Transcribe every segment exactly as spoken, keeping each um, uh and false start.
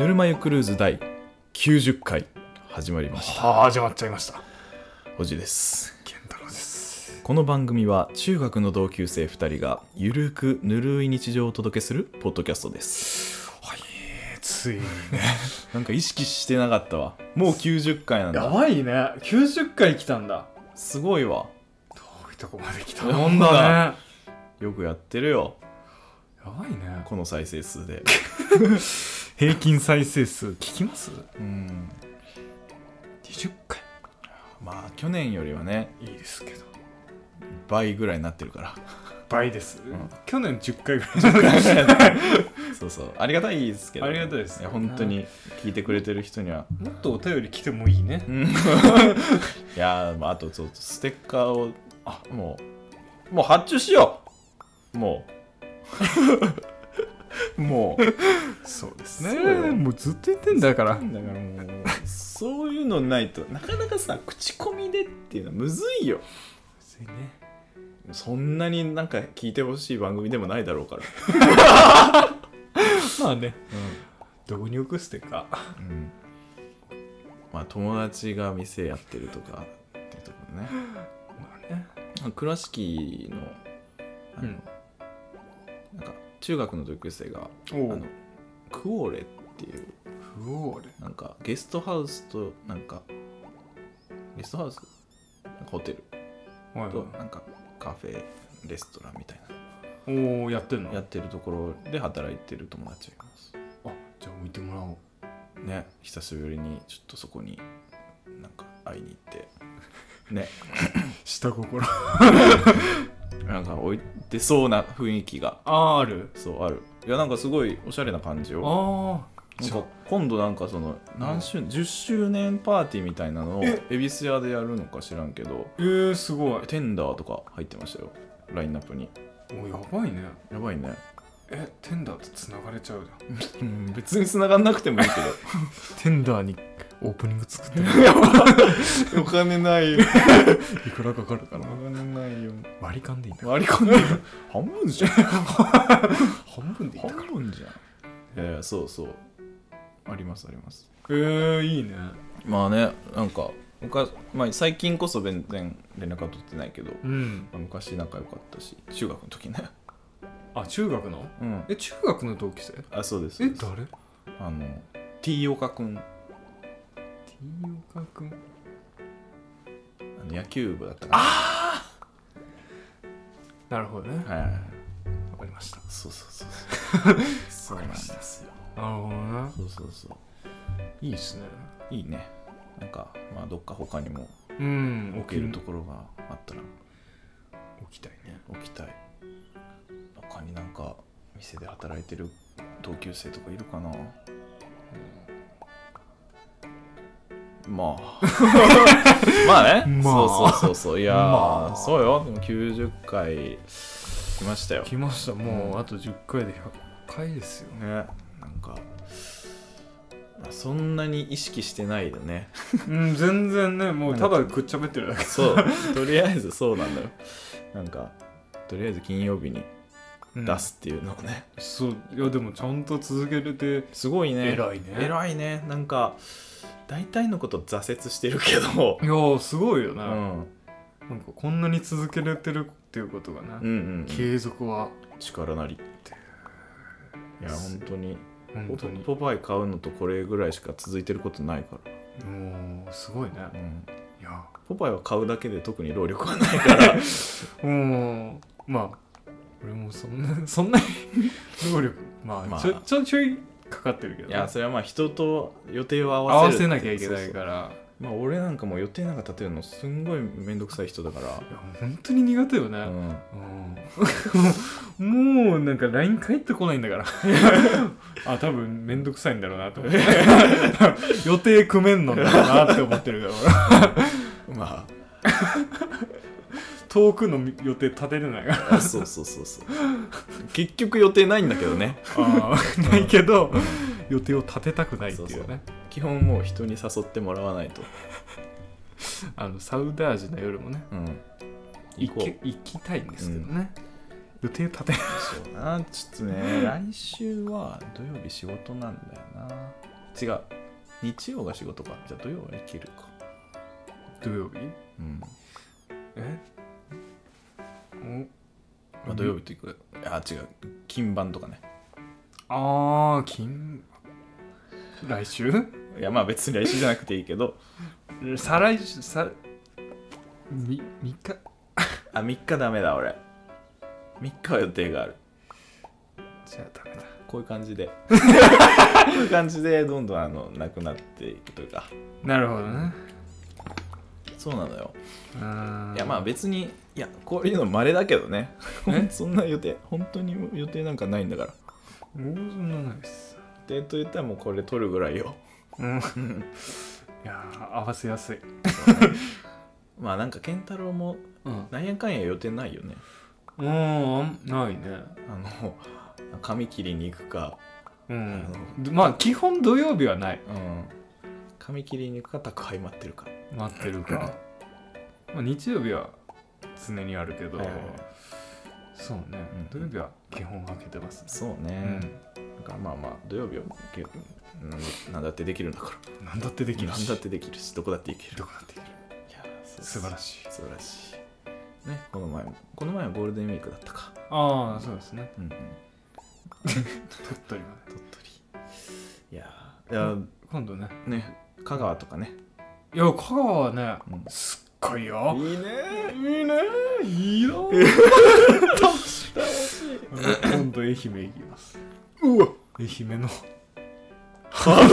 ぬるま湯クルーズ第きゅうじゅっかい始まりました。 はあ、始まっちゃいました。 おじです。 健太郎です。 この番組は中学の同級生ふたりがゆるくぬるい日常をお届けするポッドキャストです。 はい、ついにねなんか意識してなかったわ。もうきゅうじゅっかいなんだ。 やばいね、きゅうじゅっかい来たんだ。 すごいわ。 遠いとこまで来たもんだね。 よくやってるよ、 やばいね。 この再生数で平均再生数聞きます？ うんにじゅっかい。 まあ去年よりはねいいですけど倍ぐらいになってるから倍です、 うん、 去年じゅっかいぐらいそうそう、ありがたいですけど、 ありがたいです、 いや本当に聞いてくれてる人にはもっとお便り来てもいいね。 いやー、あとちょっとステッカーをあもうもう発注しよう。もうもうそうですね。もうずっと言ってんだから。 だからもうそういうのないとなかなかさ、口コミでっていうのはむずいよ。 むずいね。 そんなになんか聞いてほしい番組でもないだろうからまあね、うん、どこに置くステッカー、うん、 まあ友達が店やってるとかっていうところね。 まあね、 倉敷のあの、うん、なんか中学の同級生があのクオーレっていうクオーレなんかゲストハウスとなんかゲストハウスなんかホテルとなんかカフェレストランみたいなおおやってんのやってるところで働いてる友達がいます。 あ、じゃあ置いてもらおうね。久しぶりにちょっとそこになんか会いに行ってね下心なんか置いてそうな雰囲気があある。 そうある。いやなんかすごいおしゃれな感じよ。 ああ。 なんか今度なんかその何周じゅっしゅうねんパーティーみたいなのを恵比寿屋でやるのか知らんけど、 えー、すごい。 テンダーとか入ってましたよ、ラインナップに。 お、やばいね。 やばいね。 え、テンダーとつながれちゃうじゃん別につながんなくてもいいけどテンダーにオープニング作ってお金ないよいくらかかるかな。 お金ないよ。 割り勘でいいんだ。 割り勘でいい半分じゃん半分でいいんだから。 半分じゃん。えー、そうそうありますあります。 えー、いいね。 まあね、なんか昔、まあ、最近こそ全然連絡は取ってないけど、 うんまあ、昔仲良かったし、中学の時ね。 あ、中学の、うん、え、中学の同期生？ あ、そうです。 え、誰？ あの T 岡くん。 T 岡くん、 あの野球部だったかな。 あー、なるほどね。 はいはいはい、わかりました。 そうそうそうそうなんですよ。 なるほどね。 そうそうそう、 いいですね。 いいね。なんかまあどっか他にもうん置けるところがあったら置きたいね。 置きたい。他になんか店で働いてる同級生とかいるかな、うん、まあまあね、まあ、そうそうそうそう、いやー、まあ、そうよ。でもきゅうじゅっかい来ましたよ。 来ました。もう、うん、あとじゅっかいでひゃっかいですよね。なんかそんなに意識してないよねうん、全然ね、もうただくっちゃべってるだけ。 そう、とりあえずそうなんだよ。なんかとりあえず金曜日に出すっていうのをね、 うん、そう。いやでもちゃんと続けれてすごいね。 偉いね。 偉いね。なんか大体のこと挫折してるけど、 いやすごいよね、うん、なんかこんなに続けれてるっていうことがね、うんうんうん、継続は力なりって。いや本当に本当にポパイ買うのとこれぐらいしか続いてることないから。 もうすごいね、うん、 いやポパイは買うだけで特に労力はないからもうまあ俺もそんなそんなに労力まあ、まあ、ちょちょちょいかかってるけど、ね、 いやそれはまあ人と予定を合わせなきゃいけないから。 まあ俺なんかもう予定なんか立てるのすんごいめんどくさい人だから。いや本当に苦手よね、うんうん、もうなんか ライン 返ってこないんだからあ、多分めんどくさいんだろうなと思って予定組めんのだろうなって思ってるからまあ遠くの予定立てれないからそうそうそうそう結局予定ないんだけどねあないけど予定を立てたくないっていうね。そうそう、 基本もう人に誘ってもらわないとあのサウダージの夜もね、うん、行, 行, 行きたいんですけどね、うん、予定立てない。 そうな、ちょっとね来週は土曜日仕事なんだよな。 違う、日曜が仕事か。じゃあ土曜は行けるか。 土曜日？ うん。 えお、 まあ、土曜日と行く。あ、違う、金番とかね。 あー、金来週？ いやまあ別に来週じゃなくていいけど再来週、さみみっかあ、みっかダメだ俺。みっかは予定がある。 じゃあダメだ。 こういう感じでこういう感じでどんどんあのなくなっていくというか。 なるほどね。 そうなのよ。 あいやまあ別に、いやこういうの稀だけどねそんな予定本当に予定なんかないんだから。 もうそんなないっす。 予定と言ったらもうこれ取るぐらいよ。 うんいや合わせやすい、 ね、まあなんか健太郎もなんやかんや予定ないよね。 うん、ないね。 あの髪切りに行くか、 うん、まあ基本土曜日はない。 うん、髪切りに行くか宅配待ってるか待ってるかまあ日曜日は常にあるけど、はいはいはい、そうね、うん、土曜日は基本開けてます、ね、 そうね、うん、だからまあまあ土曜日は何だってできるんだから。 何だってできるし、 何だってできるし、どこだっていける。 どこだっていける。いや素晴らしい、 素晴らしいね。この前もこの前はゴールデンウィークだったか。 ああそうですね、うんうん、鳥取まで。 鳥取。いやいや今度ねね香川とかね。 いや香川はね、うん、すっごいよ。 いいねいいねいいよ楽しい楽しい。今度愛媛行きます。 うわ愛媛のハー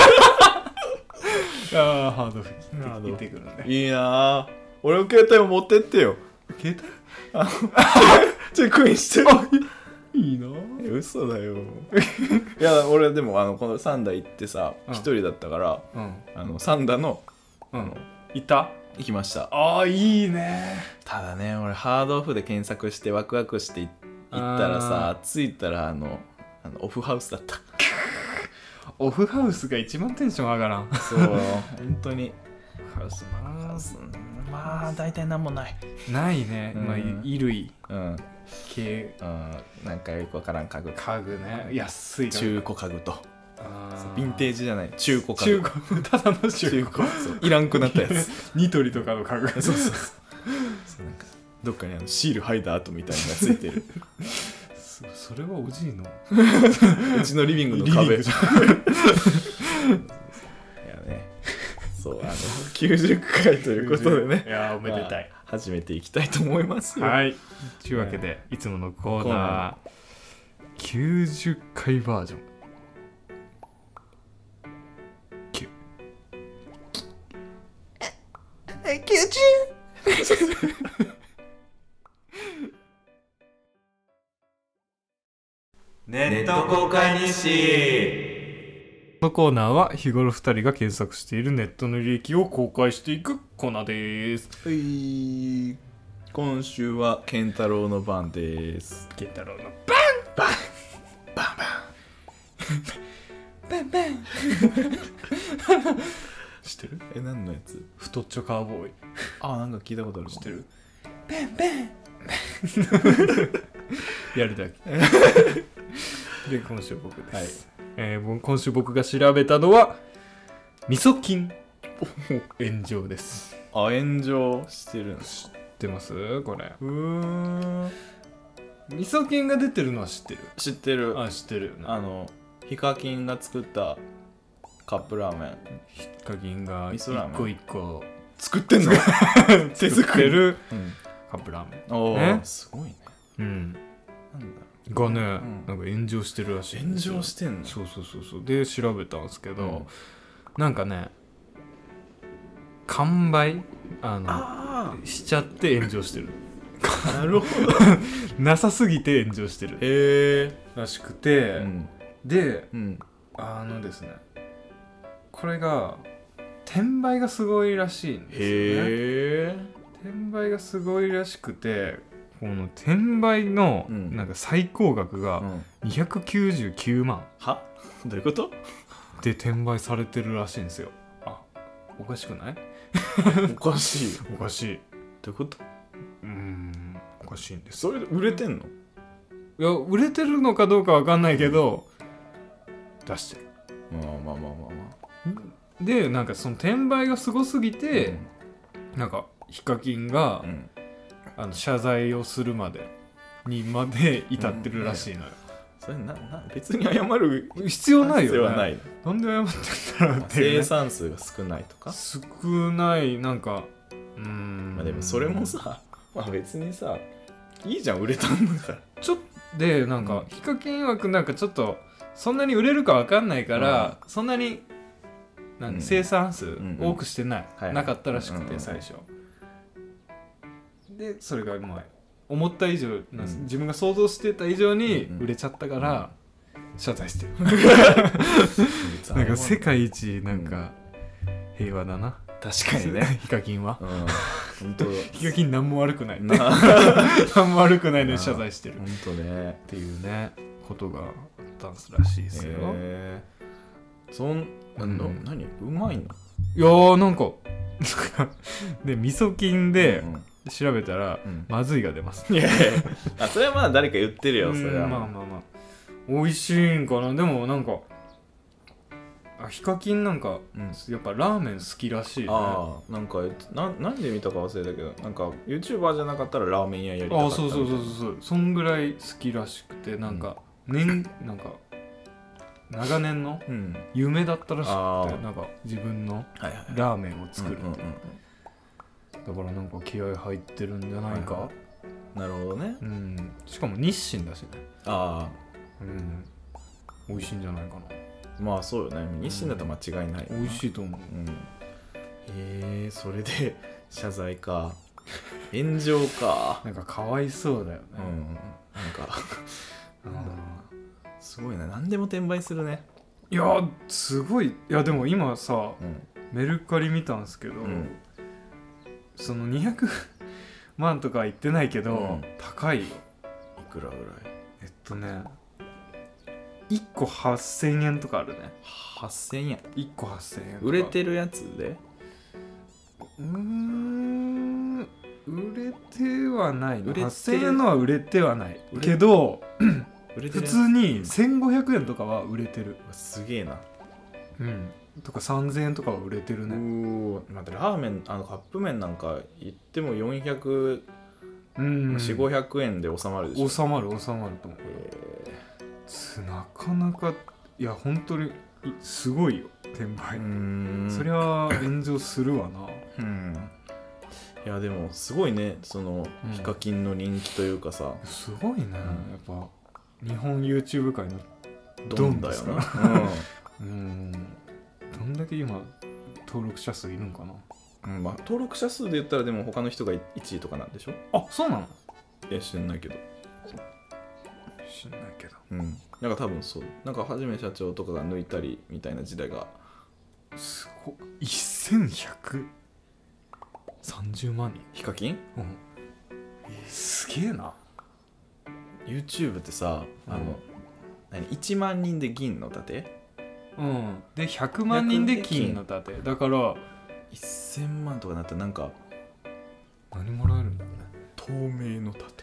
ドあーハードフィ行ってくるんで。いいなぁ。俺の携帯も持ってってよ。 携帯あのチェックインしてる。 いいなぁ。 嘘だよ。いや俺でもあのこの三田行ってさ一、うん、人だったから、うん、あの三田の、 うん、あのいた行きました。 ああいいね。 ただね俺ハードオフで検索してワクワクして行ったらさ、着いたらあのあのオフハウスだった。 オフハウスが一番テンション上がらん。 そう本当にハウスまあまあ大体なんもないないね、うん、まあ衣類、 うん系、 うん、なんかよくわからん家具家具ね安い中古家具とあヴィンテージじゃない中古家具中古ただの中古そういらんくなったやつニトリとかの家具そうそうそうそうなんかどっかにあのシール剥いだ跡みたいなのがついてるそ, それはおじいのうちのリビングの壁いやねそうあのきゅうじゅっかいということでねいやおめでたい、 まあ、始めていきたいと思いますよ。 はいというわけで、ね、いつものコーナーきゅうじゅっかいバージョンきゅうきゅうじゅうネット公開日誌。 このコーナーは日頃ふたりが検索しているネットの履歴を公開していくコーナーです。 はい、今週は健太郎の番です。 健太郎のバンバンバンバンバンバン知ってる？ え、何のやつ？ 太っちょカーボーイ。 あ、なんか聞いたことある。 知ってる？ バンバンやるだけで今週僕です、はいえー、今週僕が調べたのは味噌菌炎上です。 あ、炎上してるの知ってますこれ？ うーん味噌菌が出てるのは知ってる？ 知ってる。 あ、知ってるよね。 あのヒカキンが作ったカップラーメン。 ヒカキンが一個一個作ってんの手作る、うん、カップラーメン。 おー、ね、すごいね。 うん。なんだがね、うん、なんか炎上してるらしい。 炎上してんの？ そうそうそうそう。で調べたんですけど、うん、なんかね完売あのあしちゃって炎上してる。 なるほど。 なさすぎて炎上してる。 へえ。 らしくて、うん、で、 うん、 あのですね、これが転売がすごいらしいんですよね。 へえ。 転売がすごいらしくて。この転売のなんか最高額がにひゃくきゅうじゅうきゅうまん、うん、 は？どういうことで転売されてるらしいんですよ。あ、おかしくない？ おかしい。 おかしい。 どういうこと？ うーん、おかしいんです。 それで売れてんの？ いや、売れてるのかどうかわかんないけど出してる。 まあまあまあまあまあでなんかその転売がすごすぎて、うん、なんかヒカキンが、うん、あの謝罪をするまでにまで至ってるらしいのよ、 うん、それなな別に謝る必要ないよね。 必要はない。 なんで謝ってんだろうっていう、ね、 生産数が少ないとか少ないなんかうーんまあでもそれもさ、まあ、別にさいいじゃん売れたんだからちょっとでなんか、うん、ヒカキン曰くなんかちょっとそんなに売れるか分かんないから、うん、そんなになんか生産数多くしてない、うんうん、なかったらしくて、うん、最初でそれがまあ思った以上、うん、自分が想像してた以上に売れちゃったから、うん、謝罪してるなんか世界一なんか平和だな、 確かにねヒカキンは、 うん、本当ヒカキン何も悪くない何も悪くないのに謝罪してる本当ねっていうねことがあったんすらしいですよ。 へーそんなの、うん、何うまいの？ いやーなんかで味噌菌で調べたら、うん、まずいが出ます、 いやいやあそれはまあ誰か言ってるよそれはまあまあまあ美味しいんかな。でもなんかあヒカキンなんか、うん、やっぱラーメン好きらしいね。 ああなんかな何で見たか忘れたけどなんか YouTuber じゃなかったらラーメン屋やりたかった。 あそうそうそうそうそんぐらい好きらしくてなんか、うん、年なんか長年の夢だったらしくて、うん、なんか自分のラーメンを作るって、だからなんか気合入ってるんじゃないか、はい、なるほどね、 うん、しかも日清だしね。 ああうん美味しいんじゃないかな。 まあそうよね日清だと間違いない、 うん、美味しいと思う、うん、 へえそれで謝罪か炎上かなんかかわいそうだよね、 うん、なんかなんだろうなすごいな何でも転売するね。 いやすごい。いやでも今さ、うん、メルカリ見たんですけど、うん、そのにひゃくまんとかは言ってないけど、うん、高いよ。いくらぐらい？ えっとねいっこはっせんえんとかあるね。 はっせんえんいっこはっせんえん売れてるやつでうーん売れてはないの。はっせんえんのは売れてはないけど普通にせんごひゃくえんとかは売れてる。 すげえな。 うんとかさんぜんえんとかは売れてるね。 おー待ってラーメンあのカップ麺なんか言ってもよんひゃく、うん、よんひゃくごひゃくえんで収まるでしょ。 収まる収まると思う。なかなかいや本当にすごいよ転売。うんそりゃ炎上するわな。 うんいやでもすごいねその、うん、ヒカキンの人気というかさすごいね、うん、やっぱ日本 YouTube 界のドンだよな。 うん、どんだけ今登録者数いるんかな、うんまあ、登録者数で言ったらでも他の人がいちいとかなんでしょ。 あそうなの。 いや知らないけど知らないけどうんなんか多分そうなんかはじめ社長とかが抜いたりみたいな時代がすごいせんひゃくさんじゅうまんにんヒカキン、 うんえー、すげえな。 YouTube ってさ、うん、あの何いちまんにんで銀の盾うんでひゃくまんにんで金の盾だからせんまんとかなったらなんか何もらえるんだろうね。 透明の盾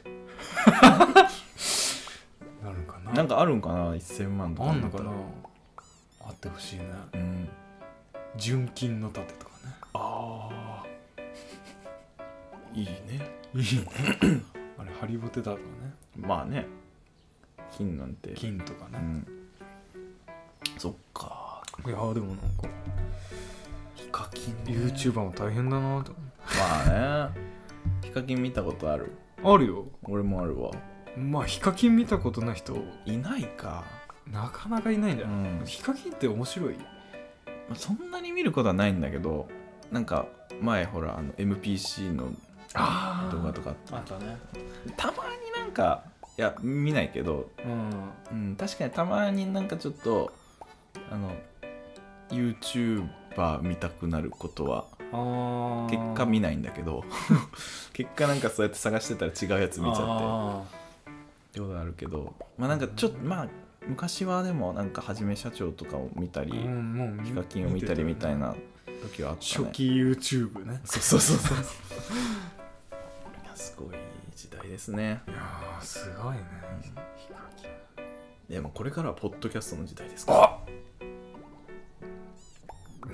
なるかな。 なんかあるんかなせんまんとかあんのかな。あってほしいね。うん純金の盾とかね。 ああいいねいいねあれハリボテだとかね。 まあね金なんて金とかね、うん、 そっか。 いやでもなんかヒカキン、ね、 YouTuber も大変だなと。 まあねヒカキン見たことある？ あるよ俺もあるわ。 まあヒカキン見たことない人いないかなかなかいないんだよ、うん、ヒカキンって面白い？ そんなに見ることはないんだけどなんか前ほらあの エムピーシー の動画とかあったね。 たまになんかいや見ないけど、うんうん、確かにたまになんかちょっとあの YouTuber 見たくなることはあ結果見ないんだけど結果なんかそうやって探してたら違うやつ見ちゃってってことあるけどまあなんかちょっとまあ昔はでもなんかはじめ社長とかを見たり、うん、もうヒカキンを見たりみたいな時はあったね。 初期 YouTube ね。 そうそうそうそういやすごい時代ですね。 いやーすごいね、うん、ヒカキン。 でもこれからはポッドキャストの時代ですから。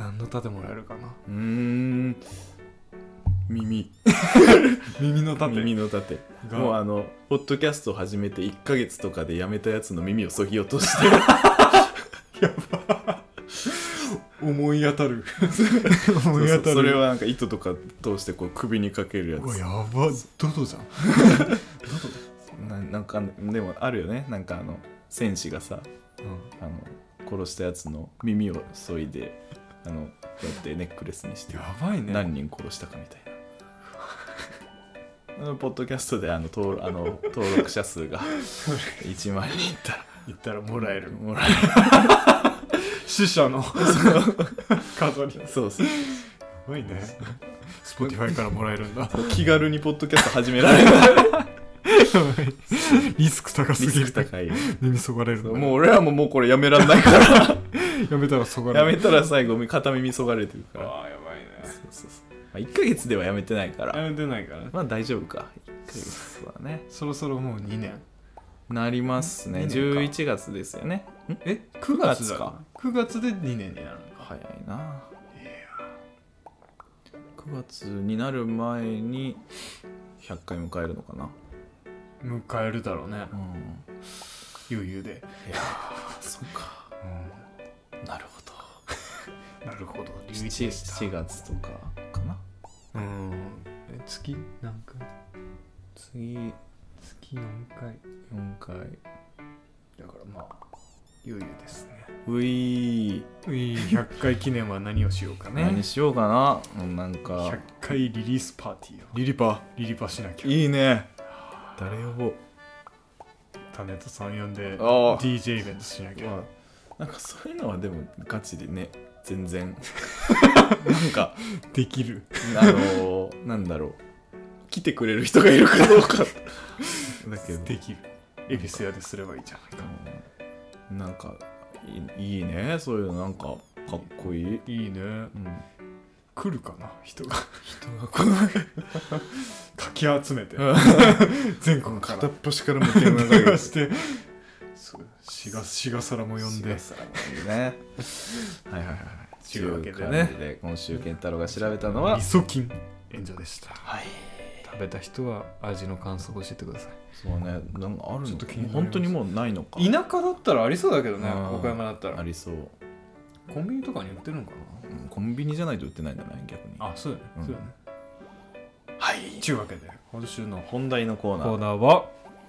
何の盾もらえるかな。 うーん耳耳の盾耳の盾もうあのポッドキャストを始めていっかげつとかでやめたやつの耳をそぎ落としてやば思い当たる思い当たる。そうそう、それはなんか糸とか通してこう首にかけるやつ。 うわやばドドじゃんドドな, なんかでもあるよね、なんかあの戦士がさ、うん、あの殺したやつの耳を削いであのこうやってネックレスにしてやばいね、 何人殺したかみたいな。あのポッドキャストであの 登, あの登録者数がいちまん人いったらいったらもらえるもらえる死者の数に。 そうそう、やばいね。Spotify からもらえるんだ。 気軽にポッドキャスト始められるリスク高すぎる。 リスク高い耳そがれる。 もう俺らももうこれやめらんないからやめたらそがれる。 やめたら最後片耳そがれてるから。 ああやばいね。 そうそうそう、まあ、いっかげつではやめてないからやめてないからまあ大丈夫か。いっかげつはねそろそろもうにねんなりますね。じゅういちがつですよね。 んえくがつか。くがつでにねんになるのか。 早いな。いやくがつになる前にひゃっかい迎えるのかな。 迎えるだろうね、 うん、 余裕で。 いやーそっか、うん、なるほどなるほど。 しちがつとかかな。 うんえ月何回次月よんかいよんかいだからまあ余裕ですね。 ういーういひゃっかい記念は何をしようかね。 何しようかな。なんかひゃっかいリリースパーティーをリリパリリパしなきゃ。 いいね。誰呼ぼう。 タネタさん呼んで ディージェー イベントしなきゃ、まあ、なんかそういうのはでもガチでね全然なんかできる。 あのー、なんだろう来てくれる人がいるかどうかだけどできる。エビス屋ですればいいじゃないか。 なんかいい、いいねそういうの。なんかかっこいい。 いいね、うん、来るかな人が人が来ないかき集めて全国から片っ端からも電話がしてしがしがさらも呼んでしがさらも呼んでねはいはいはいというわけでねで今週健太郎が調べたのはイソキン演者でした。 はい、 食べた人は味の感想を教えてください。 そうね、なんかあるのか本当にもうないのか。 田舎だったらありそうだけどね。岡山だったらありそう。 コンビニとかに売ってるのかな、 うん、コンビニじゃないと売ってないんじゃない逆に。 あ、そうだね、うん、そうだね。 はい、 というわけで今週の本題のコーナーコーナーは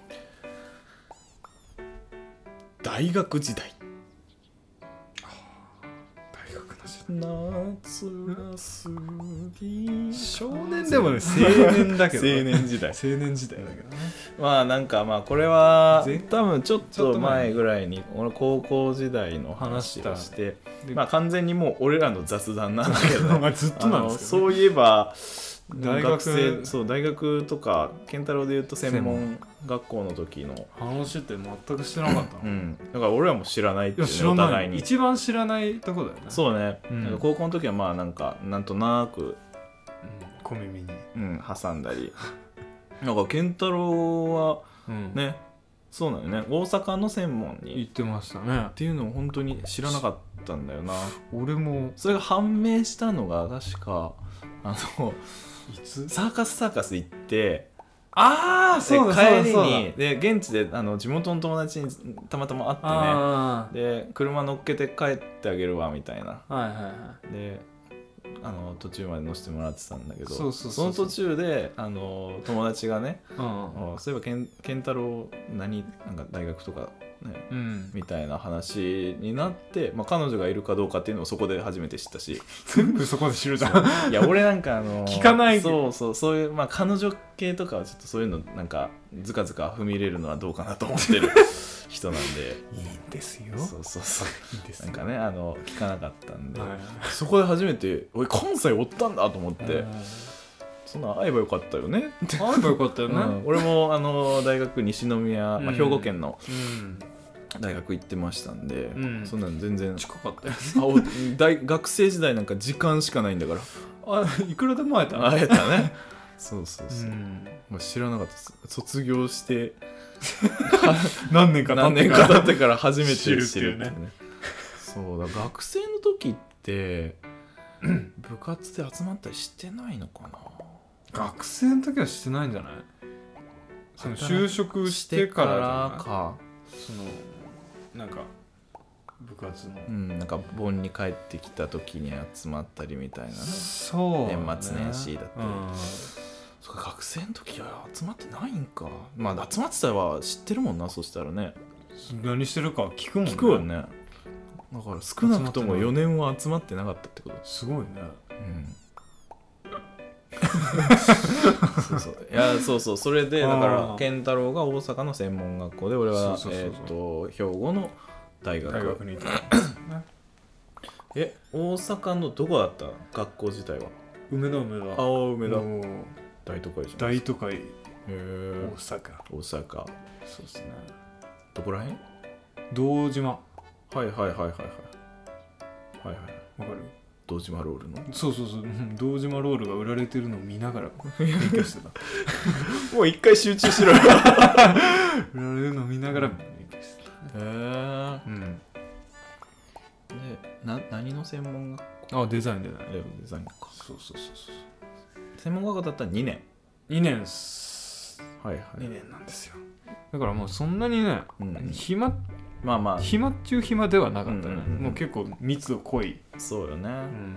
大学時代。 大学の時代夏が過ぎ少年でもね青年だけど、 ね、青年時代青年時代だけどね。 まあなんかまあこれは多分ちょっと前ぐらいに俺高校時代の話をしてまあ完全にもう俺らの雑談なんだけど、 ね、ずっとなんですけど、ね、 そういえば大学生そう大学とか健太郎でいうと専門学校の時の話って全く知らなかったの、 うん、だから俺らも知らないっていう、ね、 いや知らないお互いに一番知らないとこだよね。 そうね、うん、なんか高校の時はまあなんかなんとなく、うん、 小耳に、 うん、挟んだりなんか健太郎はね、うん、そうなのね大阪の専門に行ってましたねっていうのを本当に知らなかったんだよな。 俺もそれが判明したのが確かあのいつサーカスサーカス行ってああそうだ帰りにで現地であの地元の友達にたまたま会ってねで車乗っけて帰ってあげるわみたいな、 はいはいはい、 であの途中まで乗せてもらってたんだけどそうそうそうその途中であの友達がね、 うん、 そういえばけん健太郎何なんか大学とかね、うん、みたいな話になって、まあ、彼女がいるかどうかっていうのをそこで初めて知ったし全部そこで知るじゃん。 いや俺なんかあの聞かないそうそうそういう、まあ、彼女系とかはちょっとそういうのなんかずかずか踏み入れるのはどうかなと思ってる人なんでいいんですよ。 そうそうそういいですよなんかねあの聞かなかったんで、 はい、 そこで初めておい関西おったんだと思って、そんな会えばよかったよね会えばよかったよね、うん、 俺もあの大学西宮、まあ、兵庫県の、 うん大学行ってましたんで、 うん、 そんなの全然近かったよあ大学生時代なんか時間しかないんだからあいくらでも会えたね会えたねそうそうそう、 うんまあ、知らなかった卒業して何年か何年か経ってから初めて知るっていうね知るっていうねそうだ学生の時って部活で集まったりしてないのかな。 学生の時はしてないんじゃない？その就職してからじゃないか。そのなんか部活の、 うん、なんか盆に帰ってきた時に集まったりみたいなね。 そう、ね、 年末年始だったり、うん、そっか学生の時は集まってないんか。まあ集まってたは知ってるもんな。そしたらね、 何してるか聞くもんね。 聞くよね。だから少なくともよねんは集まってなかったってこと。 すごいね。 うんそうそういやそうそうそれでだから健太郎が大阪の専門学校で俺はえっと兵庫の大学大学にいたえ大阪のどこだった学校自体は？ 梅田梅田。 ああ梅田大都会じゃん。 大都会。へえ大阪大阪そうですね。 どこらへん？ 堂島。 はいはいはいはいはいはいはいわかる？ 堂島ロールのそうそうそう堂島ロールが売られてるのを見ながら勉強してたもう一回集中しろよ売られるのを見ながら勉強してた。へえうんでな何の専門学校？ あデザインデザインデザインか。 そうそうそうそう専門学校だったらにねんにねんっす。 はいはいにねんなんですよ。だからもうそんなにね、うん、暇まあまあ暇っちゅう暇ではなかったね、うんうんうん、もう結構密度濃い。 そうよね、うん、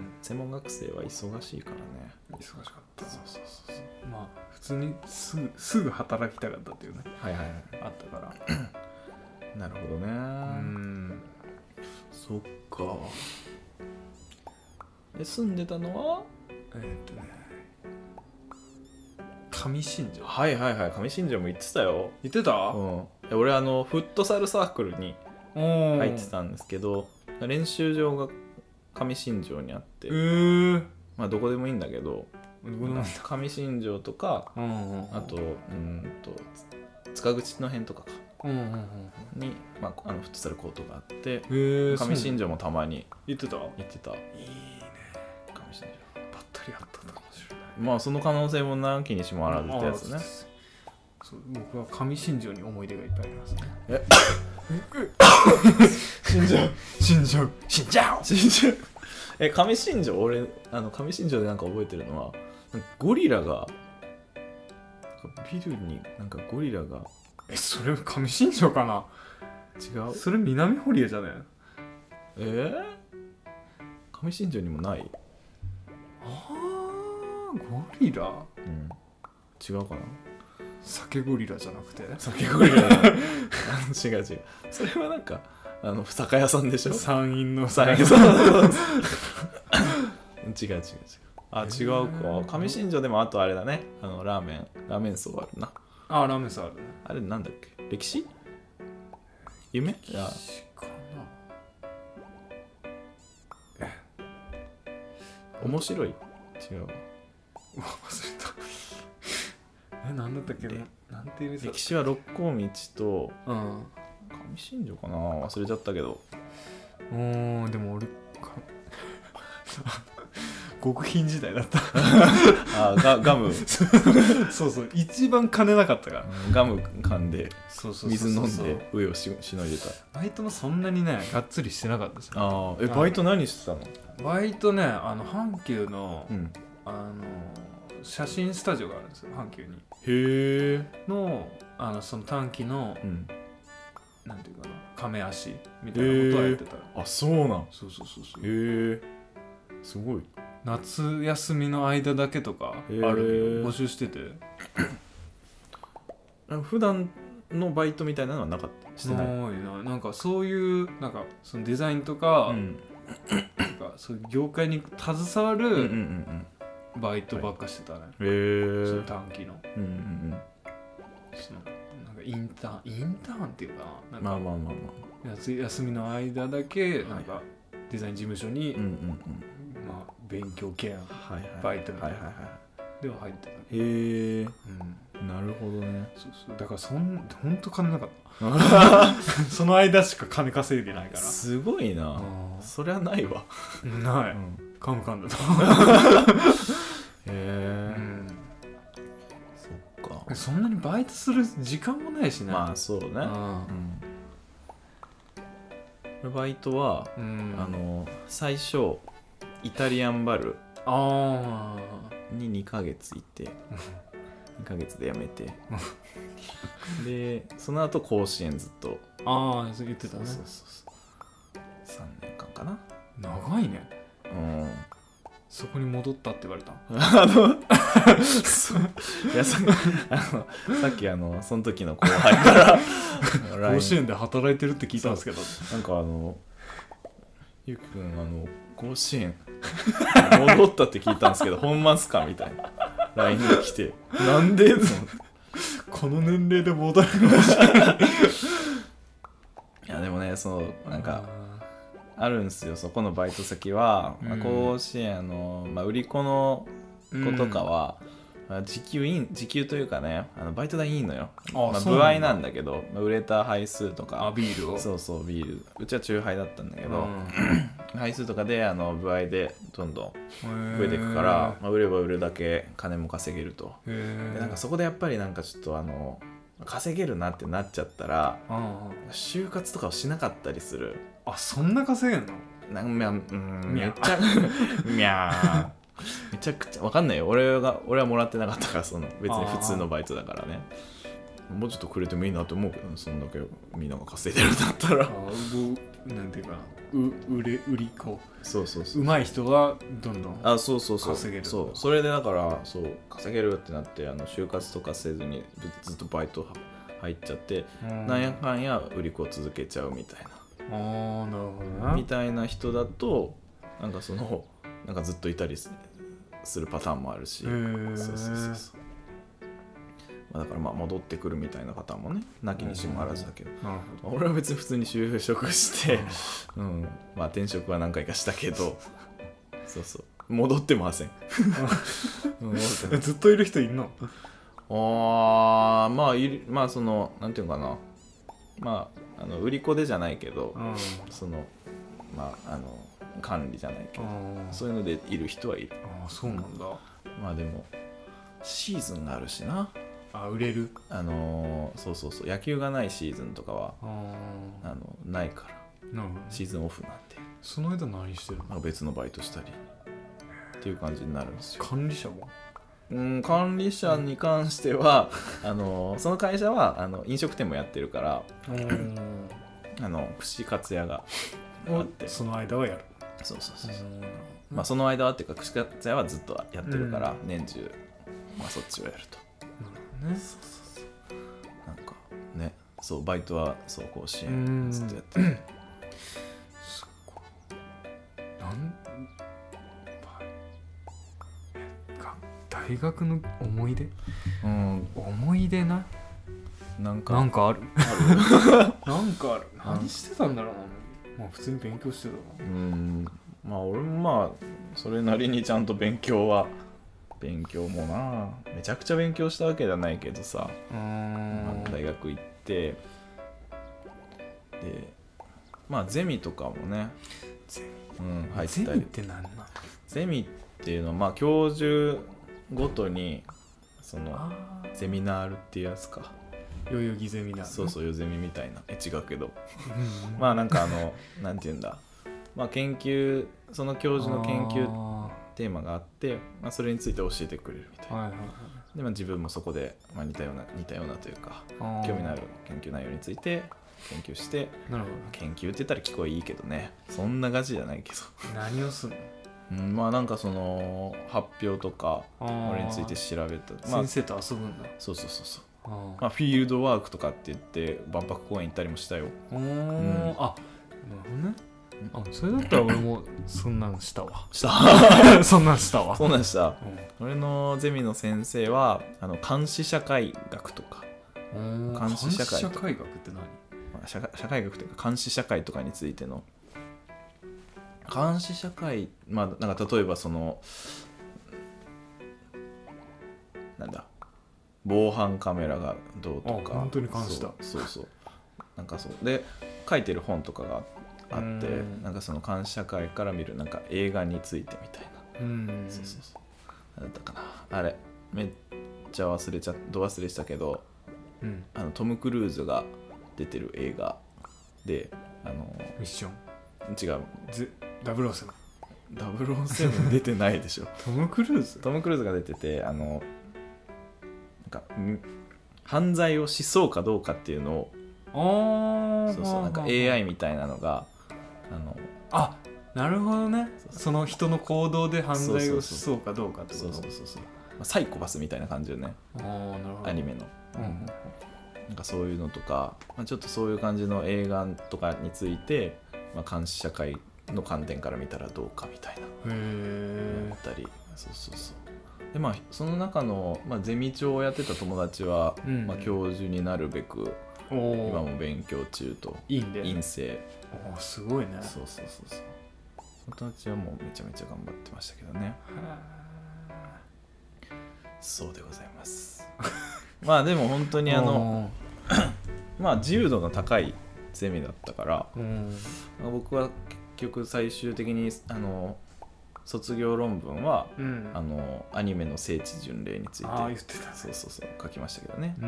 専門学生は忙しいからね。 忙しかった。そうそうそうそうまあ普通にすぐすぐ働きたかったっていうねはいはい、はい、 あったからなるほどね。うんそっか。で住んでたのはえー、っとね上新庄。 はいはいはい上新庄も行ってたよ。 行ってた？ うん俺あのフットサルサークルに入ってたんですけど練習場が上新庄にあって、えー、まあどこでもいいんだけど上新庄とか、うんうんうん、あとうんと塚口の辺とかか、うんうんうん、に、まあ、あのフットサルコートがあって、えー、上新庄もたまに行ってた行ってた。いいね上新庄ばったりあったかもしれない。 まあその可能性もなきにしもあらずってやつね。 そう僕は上新庄に思い出がいっぱいありますね。 え死んじゃう死んじゃう死んじゃう死んじゃうえ上新庄俺あの上新庄でなんか覚えてるのはゴリラがビルになんかゴリラがえそれ上新庄かな。 違うそれ南堀江じゃねえー、上新庄にもない。 あーゴリラ、 うん、違うかな。 酒ゴリラじゃなくて酒ゴリラ違う違うそれはなんかあの酒屋さんでしょ。 山陰の山陰さん違う違う違うあ違うか。上新庄でもあとあれだねあのラーメンラーメン層あるな。 あラーメン層あるね。 あれなんだっけ歴史夢歴史かな。え面白い違う忘れたえ、なんだったっけななんていう店だったっけ。 歴史は六甲道と、 うん、 上新庄かな忘れちゃったけど。 うーんでも俺か極貧時代だったあガガムそうそう一番金なかったから、 うん、ガム噛んで水飲んで上をししのいでた。 バイトもそんなにねがっつりしてなかったですよ。 あえバイト何してたの？ バイトねあの阪急の、うん、あの写真スタジオがあるんですよ阪急に。 へえのあのその短期の、うん、なんていうかな亀足みたいなことはやってた。 あそうなん。 そうそうそうそう。 へえすごい。 夏休みの間だけとかある募集してて普段のバイトみたいなのはなかったしてない。 ないな。なんかそういうなんかそのデザインとか、うん、なんかそういう業界に携わるバイトばっかしてたね。へえ。その短期の。うんうんうん。そのなんかインターンインターンっていうかな。なんかまあまあまあまあ。夏休みの間だけなんかデザイン事務所に、うんうんうん、まあ勉強兼バイトみたいなでは入ってた。へえ、うん、なるほどね。 そうそうだからそんほんと金なかったその間しか金稼いでないから。 すごいな。そりゃないわない、うん、カムカムだとへえ、うん、そっか。そんなにバイトする時間もないしね。 まあそうね、うん、バイトは、うん、あの最初イタリアンバルあににかげついてにかげつで辞めてでその後甲子園ずっとああそう言ってたね。 そうそうそうさんねんかんかな。 長いね。 うんそこに戻ったって言われた。 あのいや さ, あのさっきあのその時の後輩から甲子園で働いてるって聞いたんですけど、 なんかあのゆうきくんあの甲子園戻ったって聞いたんですけどほんまっすかみたいな ライン が来てなんでこの年齢で戻るのかしらない。 いやでもねそのなんかあるんですよそこのバイト先は、うんまあ、甲子園の、まあ、売り子の子とかは、うんまあ、時給いい時給というかねあのバイト代いいのよ。あ、まあ、歩合なんだけど、まあ、売れた杯数とかあビールをそうそうビールうちは酎ハイだったんだけど、うん、杯数とかであの歩合でどんどん増えていくから、まあ、売れば売るだけ金も稼げると。でなんかそこでやっぱりなんかちょっとあの稼げるなってなっちゃったら就活とかをしなかったりする。 あそんな稼げんのなんかうんめっちゃみゃーめちゃくちゃわかんないよ俺が俺はもらってなかったからその別に普通のバイトだからねもうちょっとくれてもいいなと思うけど、ね、そんだけみんなが稼いでるんだったらあなんていうかなう売れ売り子そうそうそううまい人がどんどんあそうそうそう稼げるそうそれでだからそう稼げるってなってあの就活とかせずにずっとバイト入っちゃって、うん、なんやかんや売り子を続けちゃうみたいなあーなるほどなみたいな人だとなんかそのなんかずっといたりするパターンもあるし、そうそうそうそう、まあ、だからまあ戻ってくるみたいなパターンもねなきにしもあらずだけど、なるほど俺は別に普通に就職して、うん、まあ転職は何回かしたけどそうそう戻ってませんずっといる人いんの？ あまあいるまあそのなんていうのかなまああの売り子でじゃないけど、うん、そのまああの管理じゃないけどそういうのでいる人はいる。 ああそうなんだ。 まあでもシーズンがあるしな。 あ売れるあのー、そうそうそう野球がないシーズンとかはあのないからなるほどシーズンオフなんでその間何してるの？ 別のバイトしたりっていう感じになるんですよ。 管理者もうん管理者に関してはあのその会社はあの飲食店もやってるからあの串カツ屋があってその間はやる。 そうそうそうそうまあその間はっていうか串カツ屋はずっとやってるから、うん、年中、まあ、そっちをやると。なるほどね。そうそうそうなんかねそうバイトはそう甲子園ずっとやってる。 そっかなん大学の思い出、うん、思い出ななんかなんかあるなんかある何してたんだろうな。まあ普通に勉強してたな。うんまあ俺もまあそれなりにちゃんと勉強は勉強もなめちゃくちゃ勉強したわけじゃないけどさうん、まあ、大学行ってでまあゼミとかもねゼミ、うん、入ってたり。 ゼミって何なの？ ゼミっていうのはまあ教授ごとにそのゼミナールっていうやつか代々木ゼミナール、ね、 そうそうよゼミみたいなえ違うけどまあなんかあのなんていうんだまあ研究その教授の研究テーマがあって、まあ、それについて教えてくれるみたいな、はいはいはい、で、まあ、自分もそこで、まあ、似たような似たようなというか興味のある研究内容について研究してなるほど研究って言ったら聞こえいいけどねそんなガチじゃないけど何をするの？ うん、まあなんかその発表とか俺について調べた、まあ、 先生と遊ぶんだ。 そうそうそうそうあ、まあ、フィールドワークとかって言って万博公園行ったりもしたよ。 お、うん、あなるほどね。あそれだったら俺もそんなんしたわしたそんなんしたわそんなんした、うん、俺のゼミの先生はあの監視社会学とか監視社会社会学って何？ まあ、社会社会学というか監視社会とかについての監視社会、まあなんか例えばそのなんだ防犯カメラがどうとか本当に監視だ。 そうそうそうなんかそうで書いてる本とかがあってなんかその監視社会から見るなんか映画についてみたいなうんそうそうそうなんだったかなあれめっちゃ忘れちゃど忘れしたけど、うん、あのトム・クルーズが出てる映画であのミッション違うダブルオーセブンダブルオーセブン出てないでしょトム・クルーズトム・クルーズが出てて、あのなんか犯罪をしそうかどうかっていうのを、 あそうそう、なんか エーアイ みたいなのが、あのあ、なるほどね。その人の行動で犯罪をしそうかどうかってこと。 そうそうそうそう、サイコパスみたいな感じよね、 あ、なるほど、 アニメの、 うん、 なんかそういうのとか、まあ、ちょっとそういう感じの映画とかについて、まあ、監視社会の観点から見たらどうかみたいな思ったり、そうそうそう。でまあその中の、まあ、ゼミ長をやってた友達は、うん、まあ、教授になるべく今も勉強中と、 いいんで院生。 おすごいね。 そうそうそうそう。その友達はもうめちゃめちゃ頑張ってましたけどね。そうでございますまあでも本当にあのまあ自由度の高いゼミだったから、まあ、僕は結局最終的にあの卒業論文は、うん、あのアニメの聖地巡礼について、 あ、言ってた、 そうそうそう書きましたけどね。 うーん、うん、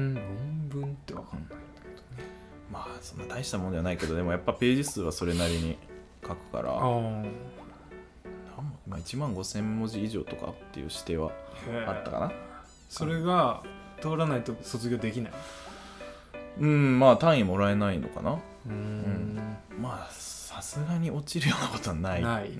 論文って分かんないんだけどね。 まあそんな大したもんではないけど、でもやっぱページ数はそれなりに書くから、あ今いちまんごせんもじ以上とかっていう指定はあったかな。 それが通らないと卒業できない。 うん、まあ単位もらえないのかな。うん、うん、まあさすがに落ちるようなことはない。 ない。 うん。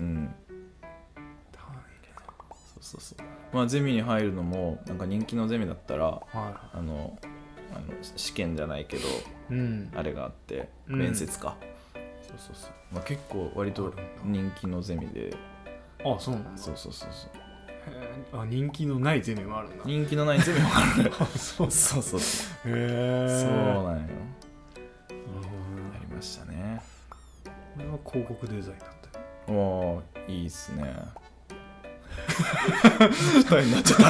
そうそうそう。まあゼミに入るのもなんか人気のゼミだったら、はい、あのあの試験じゃないけど、うん、あれがあって面接か。うん、そうそうそう。まあ結構割と人気のゼミで。 あ、そうなんだ。 そうそうそうそう。 あ、人気のないゼミもあるんだ。 人気のないゼミもあるんだ。そうそうそう。へえ。そうなんよ。なるほど。ありましたね。 これは広告デザインだったよ。おー、いいっすね。二人になっちゃ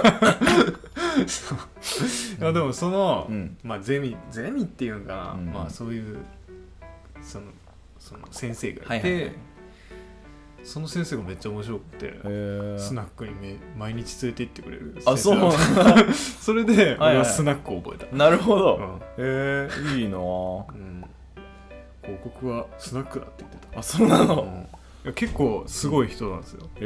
った。 いやでもその、うん、まあゼミゼミっていうのかな、うん、まあそういうそのその先生がいて。はいはいはい、その先生がめっちゃ面白くて、スナックにめ毎日連れて行ってくれる先生。 あ、そうなんだ。 それで俺はスナックを覚えた。 はいはい、なるほど。うん、へえ、いいなぁ、うん。 広告はスナックだって言ってた。 あ、そうなの。 うん、いや結構すごい人なんですよ。うん、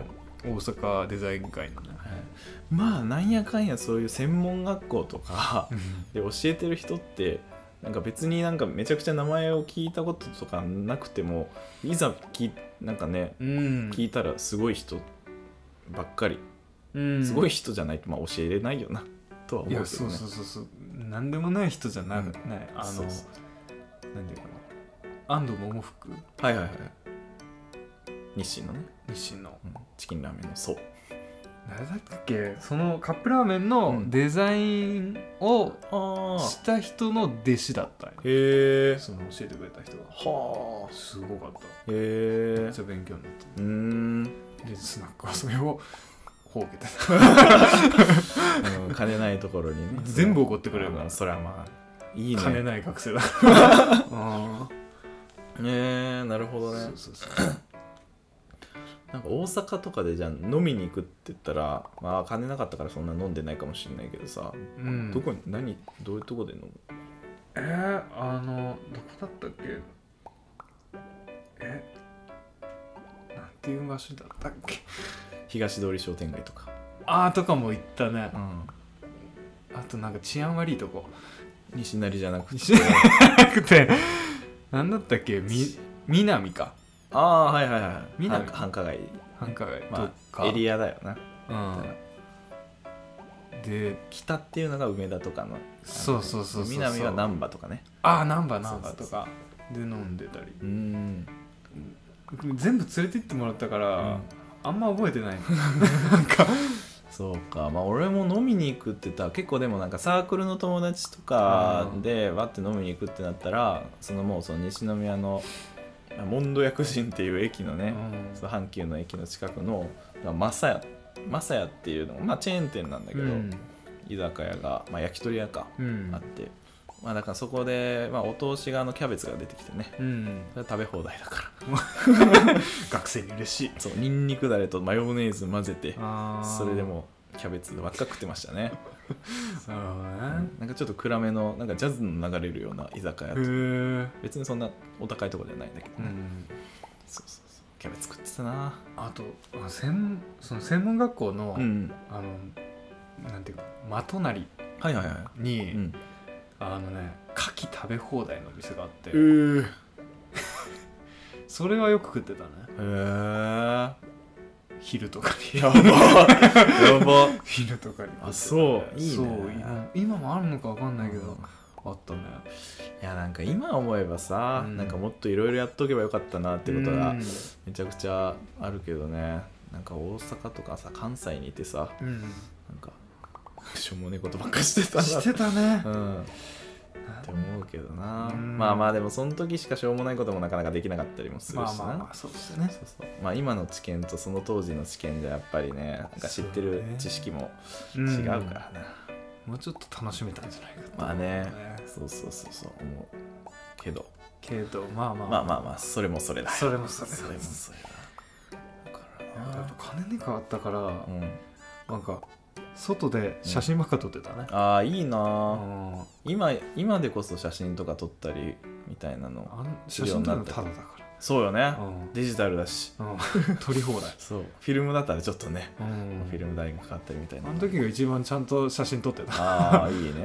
あの大阪デザイン界のね。 まあなんやかんやそういう専門学校とかで教えてる人って。なんか別になんかめちゃくちゃ名前を聞いたこととかなくてもいざきなんかね、うん、聞いたらすごい人ばっかり、うん、すごい人じゃないとまあ教えれないよなとは思うけどね。いやそうそうそうそう、なんでもない人じゃなくない、うん、あのそうそうなんていうかな、安藤桃福、 はいはいはい、日清のね、 日清の、 うん、チキンラーメンのそう誰だっけ、そのカップラーメンのデザインをした人の弟子だったんよ。 へえ。 その教えてくれた人が。はあ。すごかった。 へえ。 めっちゃ勉強になった。 うーん。 でスナックはそれをほうけてた。 うん、金ないところにね。 全部怒ってくれるから。 それはまあいいね。 金ない学生だ。 あえー、なるほどね。そうそうそう。なんか大阪とかでじゃあ飲みに行くって言ったら、まあ金なかったからそんな飲んでないかもしれないけどさ、うん、どこに何どういうとこで飲む？ えー、あのどこだったっけ？え、なんていう場所だったっけ？ 東通り商店街とか。 あーとかも行ったね。うん、あとなんか治安悪いとこ。 西成じゃなくて。 西成じゃなくて、なんだったっけ？み南か。 ああはいはいはい。南繁華街。 繁華街とか、 まあ、エリアだよな。 うん。で北っていうのが梅田とかの。 そうそうそうそう。 南は難波とかね。 ああ難波難波とかで飲んでたり。うん。全部連れて行ってもらったから、うん、あんま覚えてない。なんか。 そうか、まあ俺も飲みに行くって言ったら結構でもなんかサークルの友達とかでわって飲みに行くってなったら、そのもうその西宮のモンド薬人っていう駅のね、うん、その阪急の駅の近くのマサヤマサヤっていうのもまあチェーン店なんだけど、うん、居酒屋が、まあ、焼き鳥屋か、うん、あって、まあだからそこで、まあ、お通し側のキャベツが出てきてね、うん、それは食べ放題だから学生に嬉しい。 そうニンニクだれとマヨネーズ混ぜて、それでもキャベツばっか食ってましたね。 そうね、 なんかちょっと暗めのなんかジャズの流れるような居酒屋と、別にそんなお高いところじゃないんだけど、ね、うん、そうそうそうキャベ作ってたな。 あとあ専その専門学校の、 うん、 あのなんていうか真隣に、 はいはいはい、うん、 あのね牡蠣食べ放題の店があって、 えー、 それはよく食ってたね。 へえ。 昼とかにやばやば昼とかに、 あそういいね。そう今もあるのか分かんないけど、うん、あったね。 いやなんか今思えばさ、うん、なんかもっといろいろやっとけばよかったなってことがめちゃくちゃあるけどね。なんか大阪とかさ関西にいてさ、うん、なんかしょうもねえことばっかしてたなしてたね、 うんって思うけどな、うん、まあまあでもその時しかしょうもないこともなかなかできなかったりもするしな。 まあまあまあそうですね。 そうそう、まあ今の知見とその当時の知見じゃやっぱりね、なんか知ってる知識も違うからな、 うん、もうちょっと楽しめたんじゃないかと、 ね、まあね、そうそうそうそう思うけどけどまあまあまあまあまあそれもそれだよ。 それもそれだ。 それもそれだ。だからな、やっぱ金に変わったから、うん、なんか外で写真ばっか撮ってたね、 うん、ああいいな、うん、今今でこそ写真とか撮ったりみたいなの写真撮るのタダだから。 そうよね、うん、デジタルだし、 うん、撮り放題そうフィルムだったらちょっとね、うん、フィルム代がかかったりみたいな。 あの時が一番ちゃんと写真撮ってた。 ああいいね、うん、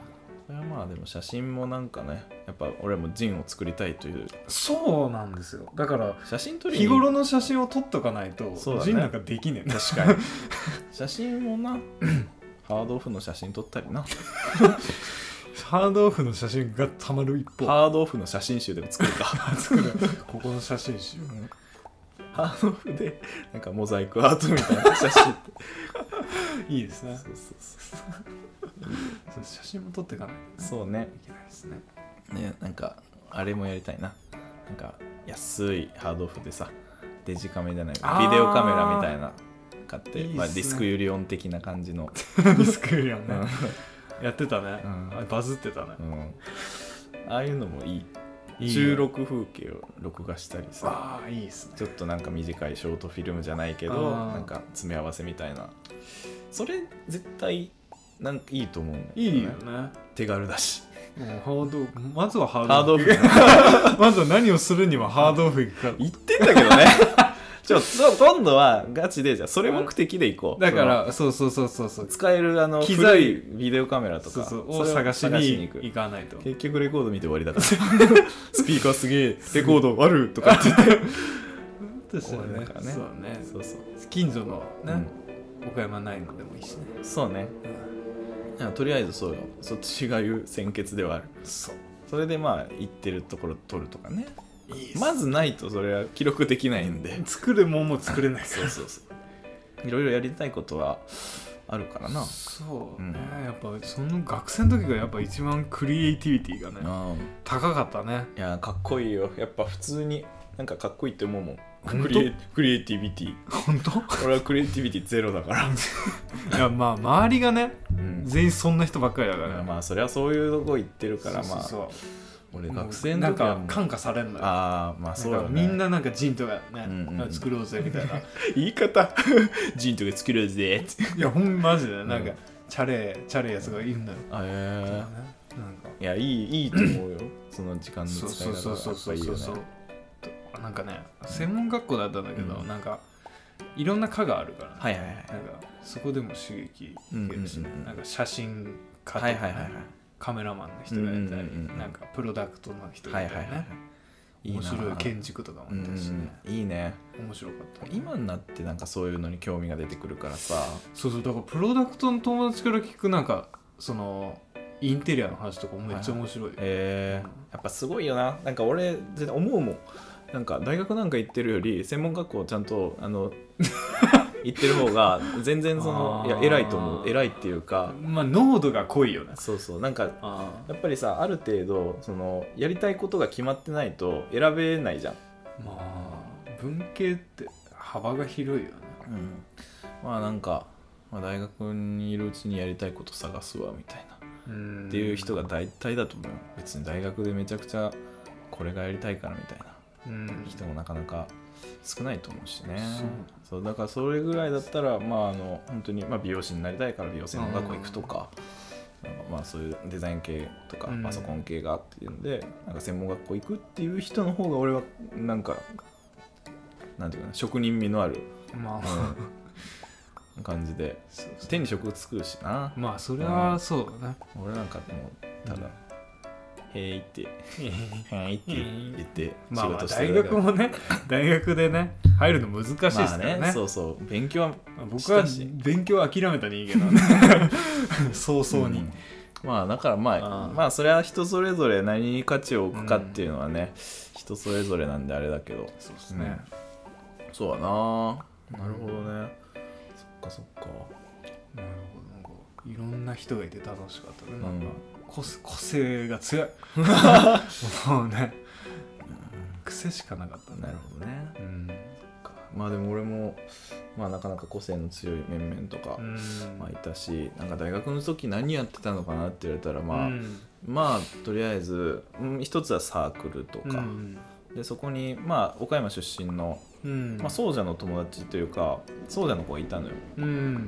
それはまあでも写真もなんかねやっぱ俺もジンを作りたいという。 そうなんですよ。だから写真撮り日頃の写真を撮っとかないと、ね、ジンなんかできねえ。 確かに写真もなハードオフの写真撮ったりなハードオフの写真がたまる一方、 ハードオフの写真集でも作るか作るここの写真集、うん、 ハードオフでなんかモザイクアートみたいな写真いいですね。 そうそうそう写真も撮っていかないと、 ね、そうねいけないですね。 ね、なんかあれもやりたいな。なんか安いハードオフでさデジカメじゃないビデオカメラみたいな買って、いい、ね、まあ、ディスクユリオン的な感じのディスクユリオンねやってたね、うん、バズってたね、 うん、ああいうのもいい。いい収録風景を録画したりさ、 あいいですね、 ちょっとなんか短いショートフィルムじゃないけどなんか詰め合わせみたいな、それ絶対なんかいいと思うんだよね。 いいよね、 手軽だし。 もうハードまずはハードオフまずは何をするにはハードオフ行くから言ってんだけどねちょ今度はガチでじゃあそれ目的でいこう。 だからそうそうそうそうそう使えるあの古いビデオカメラとかそうそうを探しに行かないと。 結局レコード見て終わりだからスピーカーすげえレコードあるとかって言って私はね、そうね、 そうそう近所のね、うん、岡山ないのでもいいしね。 そうね、うん、とりあえずそうよ、そっちが言う先決ではある。 そう、 それでまあ行ってるところ撮るとかね。 いいまずないとそれは記録できないんで作るもんも作れないそうそうそういろいろやりたいことはあるからな。 そうね、うん、やっぱその学生の時がやっぱ一番クリエイティビティがね、うん、高かったね。 いやかっこいいよやっぱ普通になんかかっこいいって思うもん。クリエ、クリエイティビティ本当俺はクリエイティビティゼロだからいやまあ周りがね、うん、全員そんな人ばっかりだから、 まあそれはそういうとこ行ってるからまあそうそう俺学生の時はなんか感化されるのよ。 ああまあそうだね。 みんななんかジンとかね、うんうん、作ろうぜみたいな言い方ジンとか作ろうぜっていやほんマジでなんか、うん、チャレチャレやつがいるんだよ。 あえー、ね、なんかいやいいいいと思うよその時間の使い方がそうそうそうそうそうなんかね専門学校だったんだけど、うん、なんかいろんな科があるから、ね、 はいはいはい、 なんかそこでも刺激受けるしね、うんうんうん、なんか写真家とか、ね、はいはいはいはい、カメラマンの人がやったり、うんうんうん、なんかプロダクトの人がやったりね、はいはいはい、面白い建築とかもあったしね、 うんうん、いいね面白かった、ね、 今になってなんかそういうのに興味が出てくるからさ。 そうそうだからプロダクトの友達から聞くなんかそのインテリアの話とかもめっちゃ面白い、はいはい、 えー、やっぱすごいよな。なんか俺全然思うもん。なんか大学なんか行ってるより専門学校ちゃんとあの行ってる方が全然そのいや偉いと思う。偉いっていうかまあ濃度が濃いよね。 そうそうなんかやっぱりさある程度そのやりたいことが決まってないと選べないじゃん。 まあ文系って幅が広いよね、 うん、まあなんか、まあ、大学にいるうちにやりたいこと探すわみたいなっていう人が大体だと思うよ。別に大学でめちゃくちゃこれがやりたいからみたいな人もなかなか少ないと思うしね。そう、そうだからそれぐらいだったらまああの本当にまあ美容師になりたいから美容専門学校行くとか、なんかまあそういうデザイン系とかパソコン系がっていうんでなんか専門学校行くっていう人の方が俺はなんかなんていうかな職人味のある、 まあうん、感じで手に職作るしな。 まあそれはそうだね、 うん、俺なんかもうただ、うんへいってへいって言って仕事してるだけ。 まあまあ大学もね大学でね入るの難しいですからね。 まあねそうそう勉強は僕は勉強諦めた人間なんで早々に、うん、 まあだからまああまあそれは人それぞれ何に価値を置くかっていうのはね、うん、人それぞれなんであれだけど。 そうですね、 うん、そうだな。なるほどね、そっかそっか。 なるほど。なんかいろんな人がいて楽しかったね。なんか、うん個, 個性が強いもうね、うん、癖しかなかったね。 なるほどね、 うん、 まあでも俺も、まあ、なかなか個性の強い面々とか、うんまあ、いたし、なんか大学の時何やってたのかなって言われたらまあ、うん、まあとりあえず、うん、一つはサークルとか、うん、でそこにまあ岡山出身の、うんまあ、奏者の友達というか奏者の子がいたのよ、うん、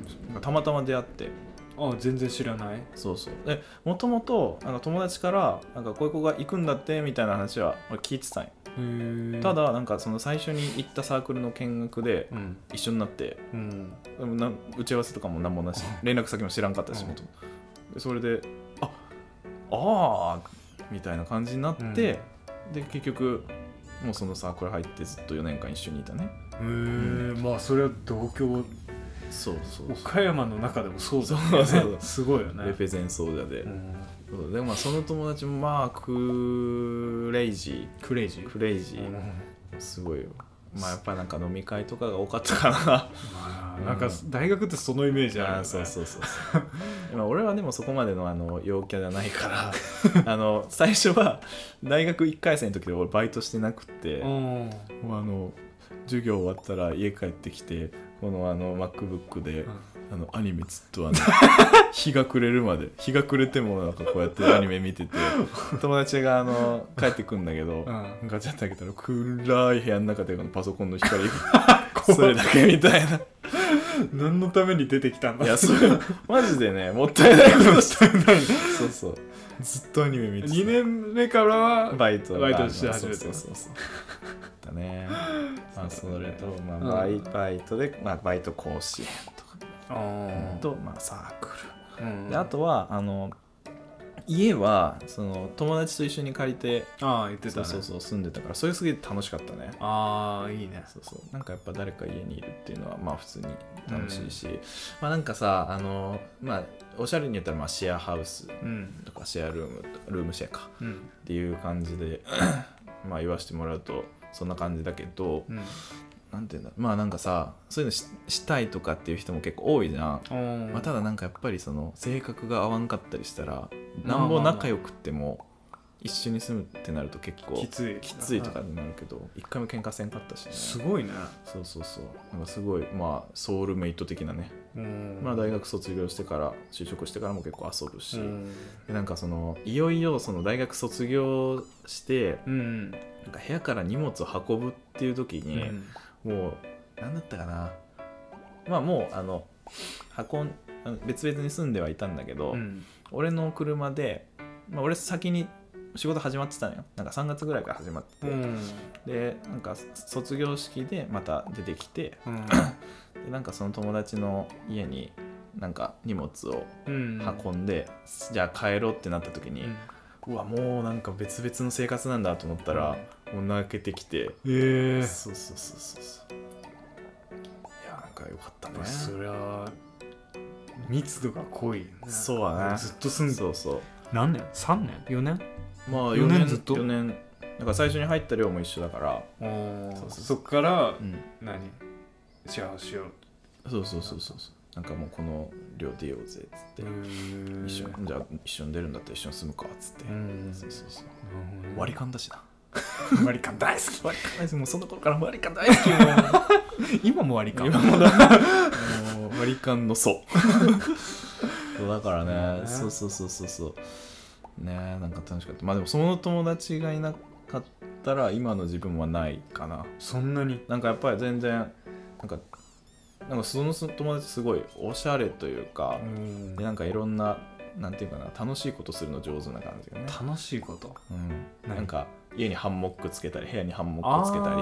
たまたま出会って。 あ全然知らない。 そうそうでもともと友達からなんかこういう子が行くんだってみたいな話は俺聞いてたんよ。へただなんかその最初に行ったサークルの見学で一緒になって、うん、でもな打ち合わせとかも何もなし連絡先も知らんかったし、うん、でそれでああーみたいな感じになって、うん、で結局もうそのサークル入ってずっとよねんかん一緒にいたね。 へえ、うん、まあそれは同郷。 そうそうそう岡山の中でもそうだよね。そうそうすごいよね。 レペゼン奏者で、うん、そうでもまあその友達もまあクレイジークレイジークレイジー、うん、すごいよ。まあやっぱなんか飲み会とかが多かったかな。まあ、なんか大学ってそのイメージあるよね。 あそうそうそうそう今俺はでもそこまでのあの陽キャじゃないからあの最初は大学いっかい生の時で俺バイトしてなくて、うん、もうあの授業終わったら家帰ってきてこのあの MacBook で、うん、あのアニメずっとあの日が暮れるまで日が暮れてもなんかこうやってアニメ見てて友達があの帰ってくんだけど、うん、ガチャって開けたら暗い部屋の中でパソコンの光それだけみたいな何のために出てきたんだ。 いやそれマジでねもったいないことしたんだそうそうずっとアニメ見てた。 にねんめからはバイトバイトして始めた。 そうそうそうそうだね。まあそれと、まあ、バイバイトで、まあ、バイト講師園とかと、まあ、サークル、うん、であとはあの家はその友達と一緒に借りてあ言ってた、ね、 そうそうそう住んでたからそれすげえ楽しかったね。 ああいいね。そうそうなんかやっぱ誰か家にいるっていうのはまあ普通に楽しいし、うん、まあなんかさあのまあおしゃれに言ったらまあシェアハウスとかシェアルームルームシェアか、うん、っていう感じでまあ言わせてもらうとそんな感じだけど、うん、なんていうんだまあなんかさそういうの し, したいとかっていう人も結構多いじゃん、まあ、ただなんかやっぱりその性格が合わんかったりしたらなんぼ仲良くっても一緒に住むってなると結構きついきついとかになるけど一回も喧嘩せんかったしね。 すごいね。 そうそうそうなんかすごいまあソウルメイト的なね、まあ大学卒業してから就職してからも結構遊ぶし、でなんかそのいよいよその大学卒業して、うん、なんか部屋から荷物を運ぶっていう時に、うん、もう何だったかなまあもうあの運ん別々に住んではいたんだけど、うん、俺の車で、まあ、俺先に仕事始まってたのよ。なんかさんがつぐらいから始まってて、うん、でなんか卒業式でまた出てきて、うん、でなんかその友達の家になんか荷物を運んで、うん、じゃあ帰ろうってなった時に、うん、うわもうなんか別々の生活なんだと思ったら、うん、もう泣けてきて、 えー、 そうそうそうそういやなんかよかったね。 そりゃ密度が濃い、ね、 そうだね。 ずっと住んでそうそう何年 ?さんねん?よねん? まあよねんずっとよねんだから最初に入った寮も一緒だからそうそうそっから、うん、何シェアしようそうそうそうそうなんかもうこの寮出ようぜっつって一緒じゃあ一緒に出るんだったら一緒に住むかっつってそうそうそう割り勘だしな割り勘大好き割り勘大好きもうその頃から割り勘大好きも今も割り勘今もだもう割り勘の層だからね、ねそうそうそうそうそうねなんか楽しかった。まあでもその友達がいなかったら今の自分はないかな。 そんなになんかやっぱり全然なんかなんかその友達すごいおしゃれというか、うんでなんかいろんななんていうかな楽しいことするの上手な感じがね。 楽しいこと、 うん、なんか家にハンモックつけたり部屋にハンモックつけたり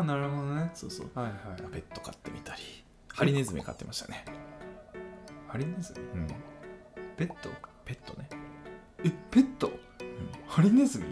あなるほどね。 そうそう、 はいはい、 ペット飼ってみたり、ハリネズミ飼ってましたね。 ハリネズミ、うん、ペットペットね。 えペット、うん、ハリネズミ、うん、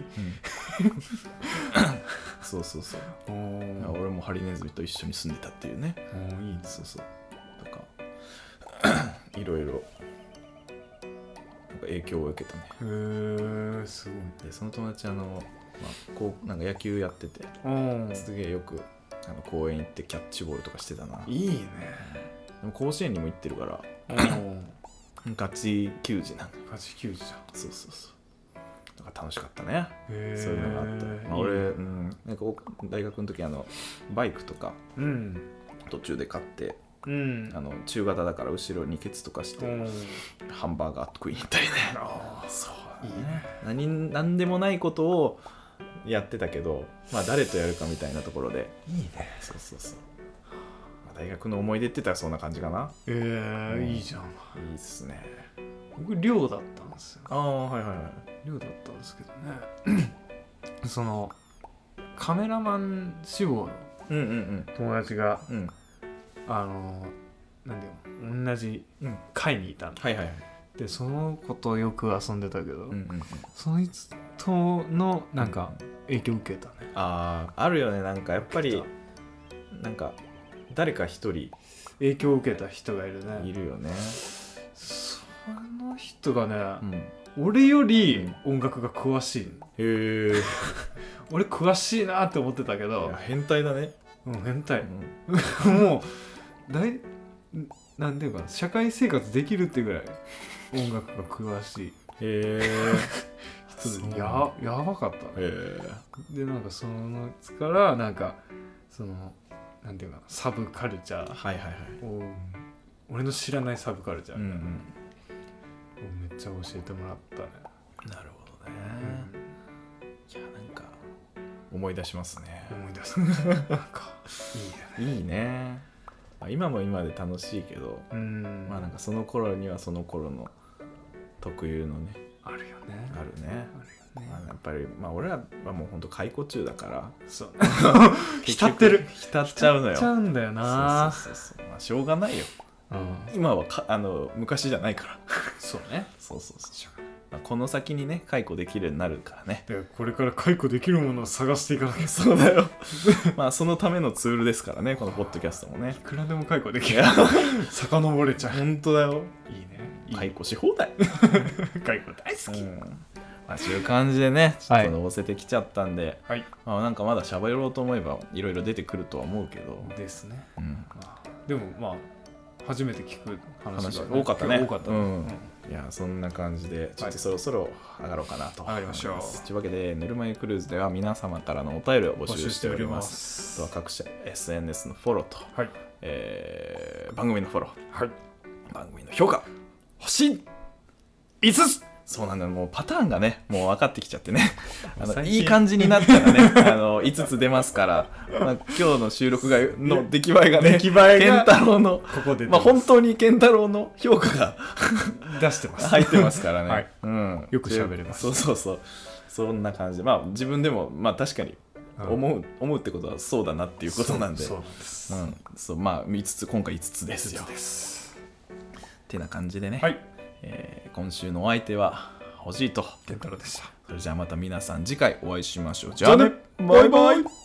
そうそうそう。俺もハリネズミと一緒に住んでたっていうね。 おいいね。 そうそうとかいろいろなんか影響を受けたね。 へえすごい。 でその友達あの、まあ、こうなんか野球やってて、すげえよくあの公園行ってキャッチボールとかしてたな。 いいね。 でも甲子園にも行ってるからガチ球児なんだ。 ガチ球児じゃん。 そうそうそう。なんか楽しかったね。そういうのがあって、まあ、俺、うん、なんか大学の時あのバイクとか、うん、途中で買って、うん、あの中型だから後ろにケツとかして、うん、ハンバーガー食いに行ったりね。あそういいね。何, 何でもないことをやってたけど、まあ誰とやるかみたいなところでいいね。 そうそうそう。まあ、大学の思い出って言ったらそんな感じかな。 えー、うん、いいじゃん。 いいっすね。 僕寮だったんですよ。 ああはいはいはい。 寮だったんですけどね。そのカメラマン志望の友達が、うんうんうん、あのなんていうの同じ会にいたんで、うんはいはいはい、でその子とよく遊んでたけど、うんうんうん、そいつとのなんか影響を受けたね。 あああるよね。なんかやっぱりなんか誰か一人影響を受けた人がいるね。 いるよね。 その人がね、うん、俺より音楽が詳しい。へえ。俺詳しいなって思ってたけど。 変態だね。 うん変態。うん、もう大なんていうか社会生活できるってぐらい音楽が詳しい。へえ。人でややばかった。へえ。でなんかそのつからなんかそのなんていうかサブカルチャー。はいはいはい。俺の知らないサブカルチャーみたいな。うんうんめっちゃ教えてもらったね。 なるほどね、うん、いやなんか思い出しますね。 思い出すなんかいいね。いいね、まあ、今も今で楽しいけど、うんまあなんかその頃にはその頃の特有のねあるよね。 あるね。あるよね。まあ、やっぱりまあ俺らはもう本当解雇中だからそう浸ってる浸っちゃうのよ。 浸っちゃうんだよな。 そうそうそうそう、まあ、しょうがないよ。うん、今はかあの昔じゃないからそうね。 そうそうそう、まあ、この先にね解雇できるようになるからね。 でこれから解雇できるものを探していかなきゃ。 そうだよまあそのためのツールですからねこのポッドキャストもね。 いくらでも解雇できる遡れちゃう。 本当だよ。 いいね。 解雇し放題解雇大好き、うんまあ、そういう感じでねちょっと乗せてきちゃったんで、はいまあ、なんかまだ喋ろうと思えばいろいろ出てくるとは思うけどですね、うんまあ、でもまあ初めて聞く話が、 ね、多かったね。 多かった、うんうん、 いやそんな感じでちょっとそろそろ上がろうかなと思います。 上がりましょう。 というわけでぬるま湯クルーズでは皆様からのお便りを募集しております。あとは各社 エスエヌエス のフォローと、はいえー、番組のフォロー、はい、番組の評価星いつつ。そうなんだよ。もうパターンがねもう分かってきちゃってねあのいい感じになったらねあのいつつ出ますから、まあ、今日の収録がの出来栄えがね出来栄えが健太郎のここでまあ本当に健太郎の評価が出してます入ってますからね、 はいうん、よく喋れます。 そうそうそうそんな感じでまあ自分でもまあ確かに思う、うん、思うってことはそうだなっていうことなんでそうなんです、うん、 そうまあいつつ今回いつつですよ。 いつつですってな感じでね、 はいえー、今週のお相手はほじいと健太郎でした。 それじゃあまた皆さん次回お会いしましょう。 じゃあねバイバイ。